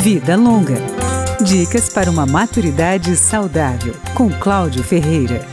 Vida Longa. Dicas para uma maturidade saudável, com Cláudio Ferreira.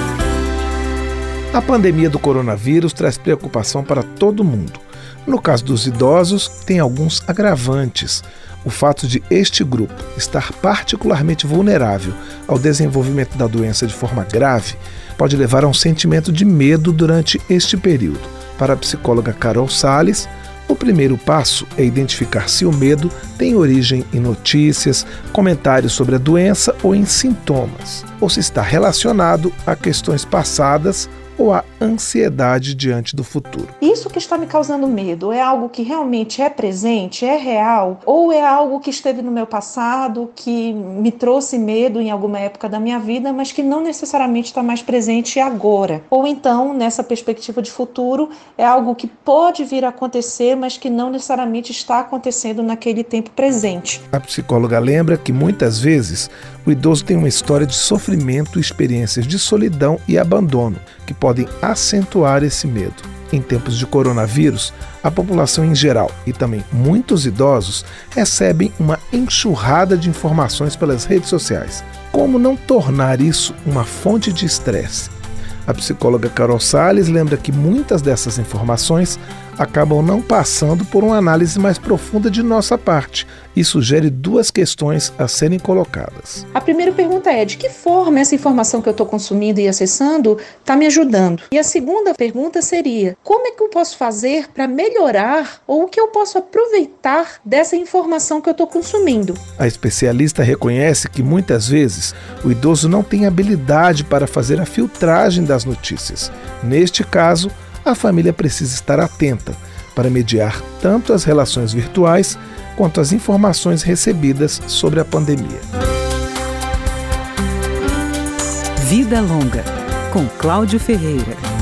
A pandemia do coronavírus traz preocupação para todo mundo. No caso dos idosos, tem alguns agravantes. O fato de este grupo estar particularmente vulnerável ao desenvolvimento da doença de forma grave pode levar a um sentimento de medo durante este período. Para a psicóloga Carol Salles, o primeiro passo é identificar se o medo tem origem em notícias, comentários sobre a doença ou em sintomas, ou se está relacionado a questões passadas ou a ansiedade diante do futuro. Isso que está me causando medo é algo que realmente é presente, é real? Ou é algo que esteve no meu passado, que me trouxe medo em alguma época da minha vida, mas que não necessariamente está mais presente agora? Ou então, nessa perspectiva de futuro, é algo que pode vir a acontecer, mas que não necessariamente está acontecendo naquele tempo presente? A psicóloga lembra que muitas vezes o idoso tem uma história de sofrimento e experiências de solidão e abandono, que podem acentuar esse medo. Em tempos de coronavírus, a população em geral e também muitos idosos recebem uma enxurrada de informações pelas redes sociais. Como não tornar isso uma fonte de estresse? A psicóloga Carol Salles lembra que muitas dessas informações acabam não passando por uma análise mais profunda de nossa parte e sugere duas questões a serem colocadas. A primeira pergunta é: de que forma essa informação que eu estou consumindo e acessando está me ajudando? E a segunda pergunta seria: como é que eu posso fazer para melhorar ou o que eu posso aproveitar dessa informação que eu estou consumindo? A especialista reconhece que muitas vezes o idoso não tem habilidade para fazer a filtragem das notícias. Neste caso, a família precisa estar atenta para mediar tanto as relações virtuais quanto as informações recebidas sobre a pandemia. Vida Longa, com Cláudio Ferreira.